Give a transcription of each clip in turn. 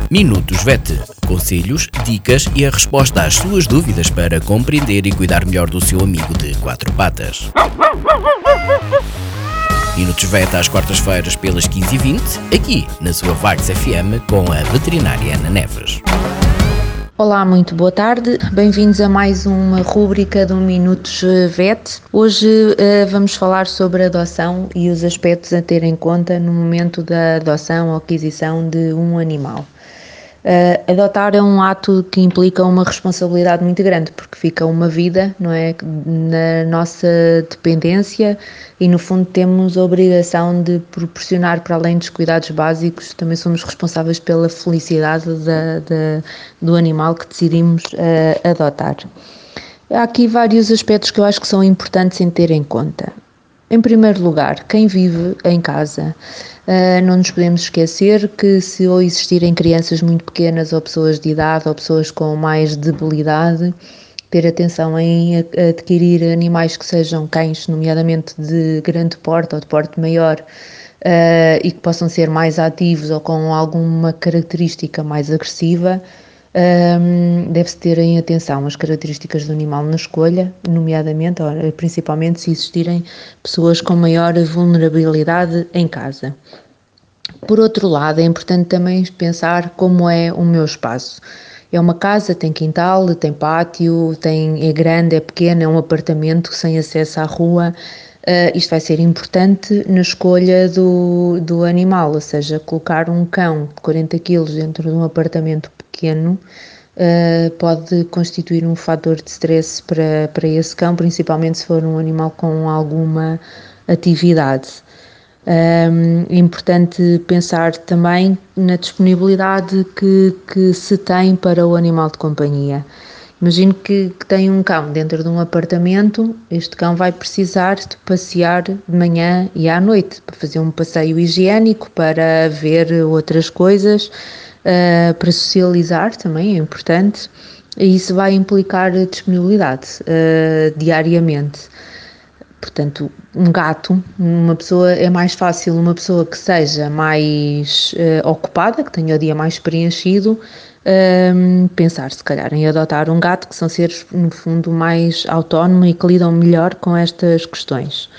Minutos VET. Conselhos, dicas e a resposta às suas dúvidas para compreender e cuidar melhor do seu amigo de quatro patas. Minutos VET às quartas-feiras pelas 15h20, aqui na sua Vagos FM com a veterinária Ana Neves. Olá, muito boa tarde. Bem-vindos a mais uma rúbrica do Minutos VET. Hoje vamos falar sobre adoção e os aspectos a ter em conta no momento da adoção ou aquisição de um animal. Adotar é um ato que implica uma responsabilidade muito grande, porque fica uma vida, não é, na nossa dependência e no fundo temos a obrigação de proporcionar, para além dos cuidados básicos, também somos responsáveis pela felicidade do animal que decidimos adotar. Há aqui vários aspectos que eu acho que são importantes em ter em conta. Em primeiro lugar, quem vive em casa. Não nos podemos esquecer que se ou existirem crianças muito pequenas ou pessoas de idade ou pessoas com mais debilidade, ter atenção em adquirir animais que sejam cães, nomeadamente de grande porte ou de porte maior, e que possam ser mais ativos ou com alguma característica mais agressiva. Deve-se ter em atenção as características do animal na escolha, nomeadamente, principalmente se existirem pessoas com maior vulnerabilidade em casa. Por outro lado, é importante também pensar como é o meu espaço. É uma casa, tem quintal, tem pátio, é grande, é pequeno, é um apartamento sem acesso à rua. Isto vai ser importante na escolha do animal, ou seja, colocar um cão de 40 kg dentro de um apartamento pequeno pode constituir um fator de stress para esse cão, principalmente se for um animal com alguma atividade. É importante pensar também na disponibilidade que se tem para o animal de companhia. Imagino que tem um cão dentro de um apartamento, este cão vai precisar de passear de manhã e à noite, para fazer um passeio higiênico, para ver outras coisas, para socializar também é importante, e isso vai implicar disponibilidade diariamente. Portanto, um gato, é mais fácil uma pessoa que seja mais ocupada, que tenha o dia mais preenchido, pensar se calhar em adotar um gato, que são seres no fundo mais autónomos e que lidam melhor com estas questões.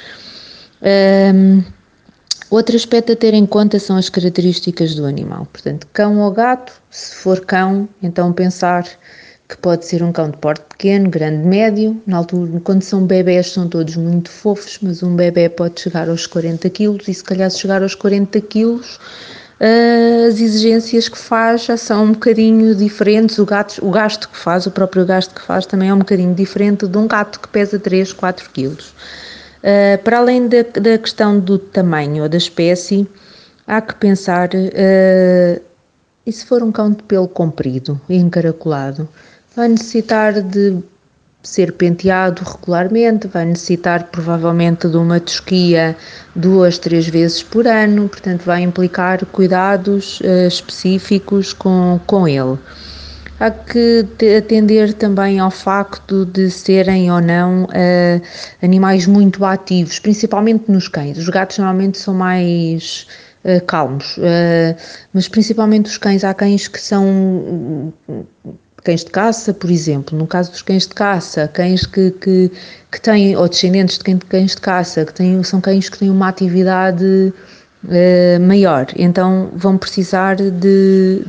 Outro aspecto a ter em conta são as características do animal. Portanto, cão ou gato, se for cão, então pensar que pode ser um cão de porte pequeno, grande, médio. Na altura, quando são bebés, são todos muito fofos, mas um bebé pode chegar aos 40 kg e se calhar se chegar aos 40 kg, as exigências que faz já são um bocadinho diferentes. O próprio gasto que faz também é um bocadinho diferente de um gato que pesa 3, 4 kg. Para além da questão do tamanho ou da espécie, há que pensar, e se for um cão de pelo comprido e encaracolado, vai necessitar de ser penteado regularmente, vai necessitar provavelmente de uma tosquia 2, 3 vezes por ano, portanto vai implicar cuidados específicos com ele. Há que atender também ao facto de serem ou não animais muito ativos, principalmente nos cães. Os gatos normalmente são mais calmos, mas principalmente os cães. Há cães que são cães de caça, por exemplo. No caso dos cães de caça, cães que têm, ou descendentes de cães de caça, são cães que têm uma atividade maior, então vão precisar de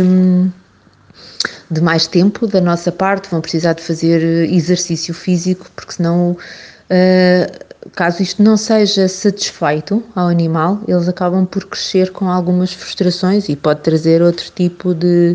mais tempo da nossa parte, vão precisar de fazer exercício físico, porque senão, caso isto não seja satisfeito ao animal, eles acabam por crescer com algumas frustrações e pode trazer outro tipo de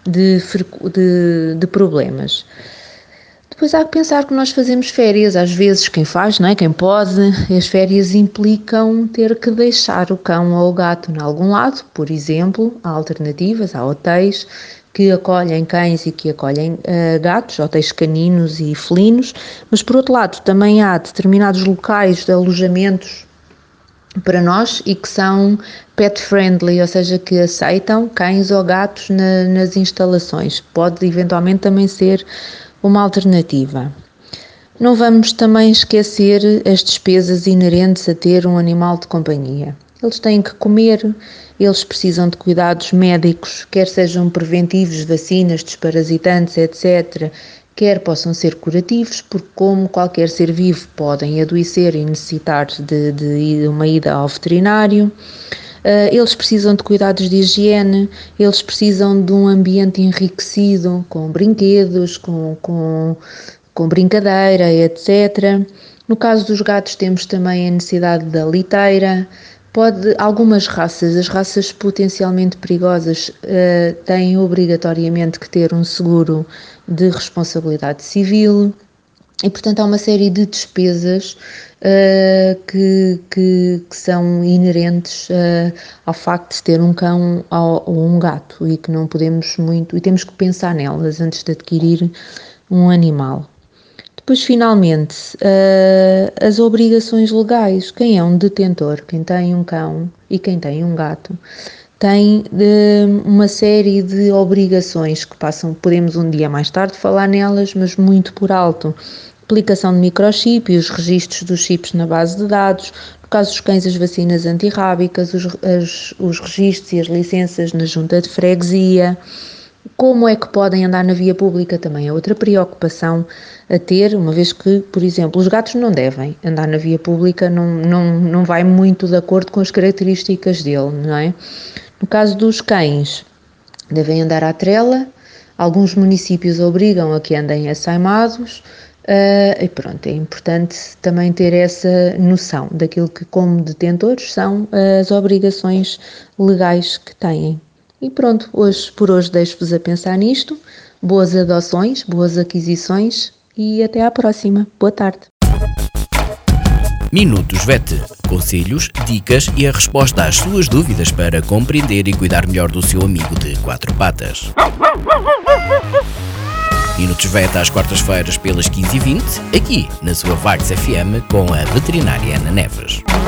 problemas. Depois há que pensar que nós fazemos férias, às vezes quem faz, não é? Quem pode, as férias implicam ter que deixar o cão ou o gato em algum lado. Por exemplo, há alternativas, há hotéis que acolhem cães e que acolhem gatos, hotéis caninos e felinos, mas por outro lado também há determinados locais de alojamentos para nós e que são pet friendly, ou seja, que aceitam cães ou gatos nas instalações. Pode eventualmente também ser uma alternativa. Não vamos também esquecer as despesas inerentes a ter um animal de companhia. eles têm que comer, eles precisam de cuidados médicos, quer sejam preventivos, vacinas, desparasitantes, etc., quer possam ser curativos, porque como qualquer ser vivo podem adoecer e necessitar de uma ida ao veterinário. Eles precisam de cuidados de higiene, eles precisam de um ambiente enriquecido, com brinquedos, com brincadeira, etc. No caso dos gatos temos também a necessidade da liteira. Algumas raças, as raças potencialmente perigosas, têm obrigatoriamente que ter um seguro de responsabilidade civil e, portanto, há uma série de despesas que são inerentes ao facto de ter um cão ou um gato e que não podemos muito, e temos que pensar nelas antes de adquirir um animal. Depois, finalmente, as obrigações legais. Quem é um detentor, quem tem um cão e quem tem um gato, tem uma série de obrigações que passam, podemos um dia mais tarde falar nelas, mas muito por alto. Aplicação de microchip e os registros dos chips na base de dados, no caso dos cães as vacinas antirrábicas, os registros e as licenças na junta de freguesia. Como é que podem andar na via pública também é outra preocupação a ter, uma vez que, por exemplo, os gatos não devem andar na via pública, não vai muito de acordo com as características dele, não é? No caso dos cães, devem andar à trela, alguns municípios obrigam a que andem assaimados, e pronto, é importante também ter essa noção daquilo que, como detentores, são as obrigações legais que têm. E pronto, por hoje deixo-vos a pensar nisto. Boas adoções, boas aquisições e até à próxima. Boa tarde. Minutos VET. Conselhos, dicas e a resposta às suas dúvidas para compreender e cuidar melhor do seu amigo de quatro patas. Minutos VET às quartas-feiras pelas 15h20, aqui na sua Vagos FM com a veterinária Ana Neves.